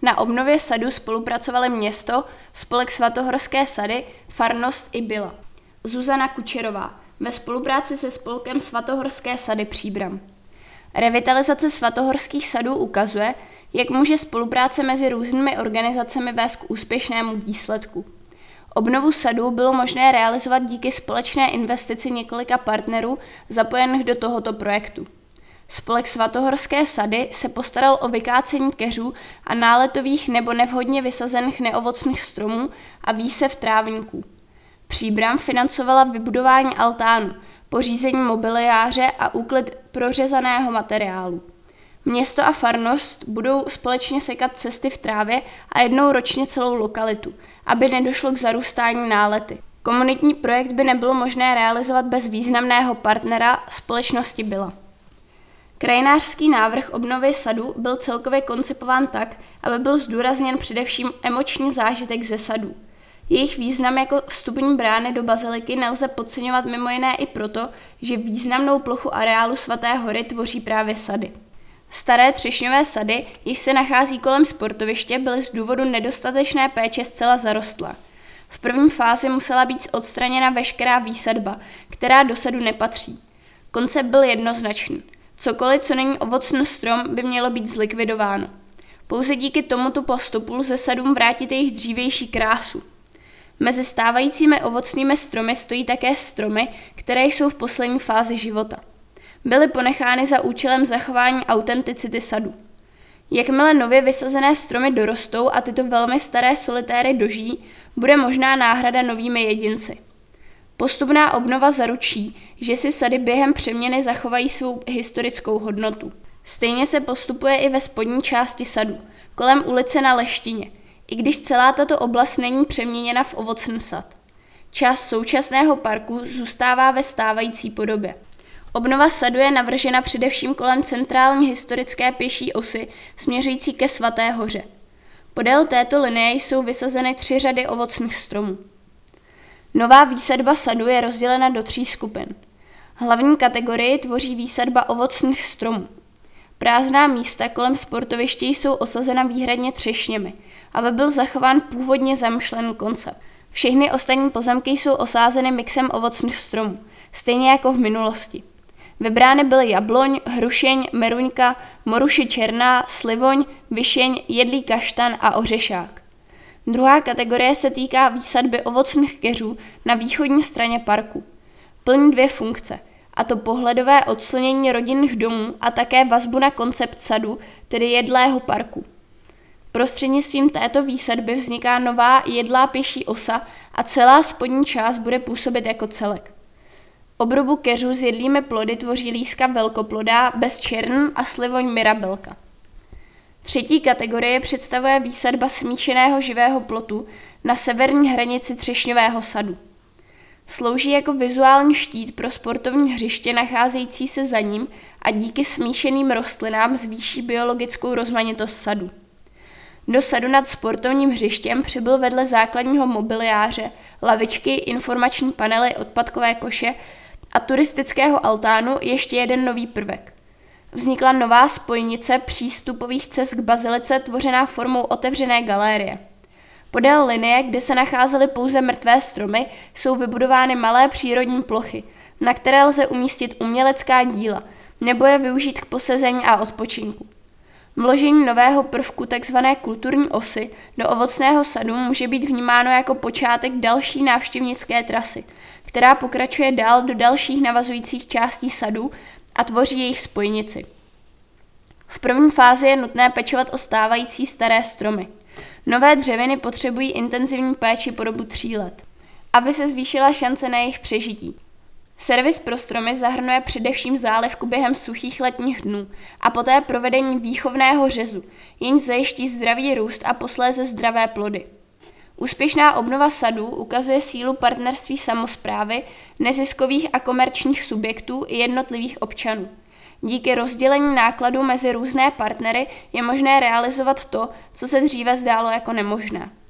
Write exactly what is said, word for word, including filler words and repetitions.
Na obnově sadu spolupracovali město, spolek Svatohorské sady, farnost i byla. Zuzana Kučerová ve spolupráci se spolkem Svatohorské sady Příbram. Revitalizace svatohorských sadů ukazuje, jak může spolupráce mezi různými organizacemi vést k úspěšnému výsledku. Obnovu sadů bylo možné realizovat díky společné investici několika partnerů zapojených do tohoto projektu. Spolek Svatohorské sady se postaral o vykácení keřů a náletových nebo nevhodně vysazených neovocných stromů a výsev trávníků. Příbram financovala vybudování altánu, pořízení mobiliáře a úklid prořezaného materiálu. Město a farnost budou společně sekat cesty v trávě a jednou ročně celou lokalitu, aby nedošlo k zarůstání nálety. Komunitní projekt by nebylo možné realizovat bez významného partnera společnosti Byla. Krajinářský návrh obnovy sadu byl celkově koncipován tak, aby byl zdůrazněn především emoční zážitek ze sadů. Jejich význam jako vstupní brány do baziliky nelze podceňovat mimo jiné i proto, že významnou plochu areálu Svaté hory tvoří právě sady. Staré třešňové sady, jež se nachází kolem sportoviště, byly z důvodu nedostatečné péče zcela zarostlé. V první fázi musela být odstraněna veškerá výsadba, která do sadu nepatří. Koncept byl jednoznačný. Cokoliv, co není ovocný strom, by mělo být zlikvidováno. Pouze díky tomuto postupu lze sadům vrátit jejich dřívější krásu. Mezi stávajícími ovocnými stromy stojí také stromy, které jsou v poslední fázi života. Byly ponechány za účelem zachování autenticity sadu. Jakmile nově vysazené stromy dorostou a tyto velmi staré solitéry dožijí, bude možná náhrada novými jedinci. Postupná obnova zaručí, že si sady během přeměny zachovají svou historickou hodnotu. Stejně se postupuje i ve spodní části sadu, kolem ulice Na Leštině, i když celá tato oblast není přeměněna v ovocný sad. Část současného parku zůstává ve stávající podobě. Obnova sadu je navržena především kolem centrální historické pěší osy směřující ke Svaté hoře. Podél této linie jsou vysazeny tři řady ovocných stromů. Nová výsadba sadu je rozdělena do tří skupin. Hlavní kategorii tvoří výsadba ovocných stromů. Prázdná místa kolem sportoviště jsou osazena výhradně třešněmi, aby byl zachován původně zamýšlený koncept. Všechny ostatní pozemky jsou osázeny mixem ovocných stromů, stejně jako v minulosti. Vybrány byly jabloň, hrušeň, meruňka, moruši černá, slivoň, višeň, jedlý kaštan a ořešák. Druhá kategorie se týká výsadby ovocných keřů na východní straně parku. Plní dvě funkce, a to pohledové odslnění rodinných domů a také vazbu na koncept sadu, tedy jedlého parku. Prostřednictvím této výsadby vzniká nová jedlá pěší osa a celá spodní část bude působit jako celek. Obrobu keřů s jedlými plody tvoří líska velkoplodá bez čern a slivoň mirabelka. Třetí kategorie představuje výsadba smíšeného živého plotu na severní hranici třešňového sadu. Slouží jako vizuální štít pro sportovní hřiště nacházející se za ním a díky smíšeným rostlinám zvýší biologickou rozmanitost sadu. Do sadu nad sportovním hřištěm přibyl vedle základního mobiliáře, lavičky, informační panely, odpadkové koše a turistického altánu ještě jeden nový prvek. Vznikla nová spojnice přístupových cest k bazilice tvořená formou otevřené galérie. Podél linie, kde se nacházely pouze mrtvé stromy, jsou vybudovány malé přírodní plochy, na které lze umístit umělecká díla nebo je využít k posezení a odpočinku. Vložení nového prvku tzv. Kulturní osy do ovocného sadu může být vnímáno jako počátek další návštěvnické trasy, která pokračuje dál do dalších navazujících částí sadu a tvoří jejich spojnici. V první fázi je nutné pečovat o stávající staré stromy. Nové dřeviny potřebují intenzivní péči po dobu tří let, aby se zvýšila šance na jejich přežití. Servis pro stromy zahrnuje především zálivku během suchých letních dnů a poté provedení výchovného řezu, jenž zajiští zdravý růst a posléze zdravé plody. Úspěšná obnova sadů ukazuje sílu partnerství samosprávy, neziskových a komerčních subjektů i jednotlivých občanů. Díky rozdělení nákladů mezi různé partnery je možné realizovat to, co se dříve zdálo jako nemožné.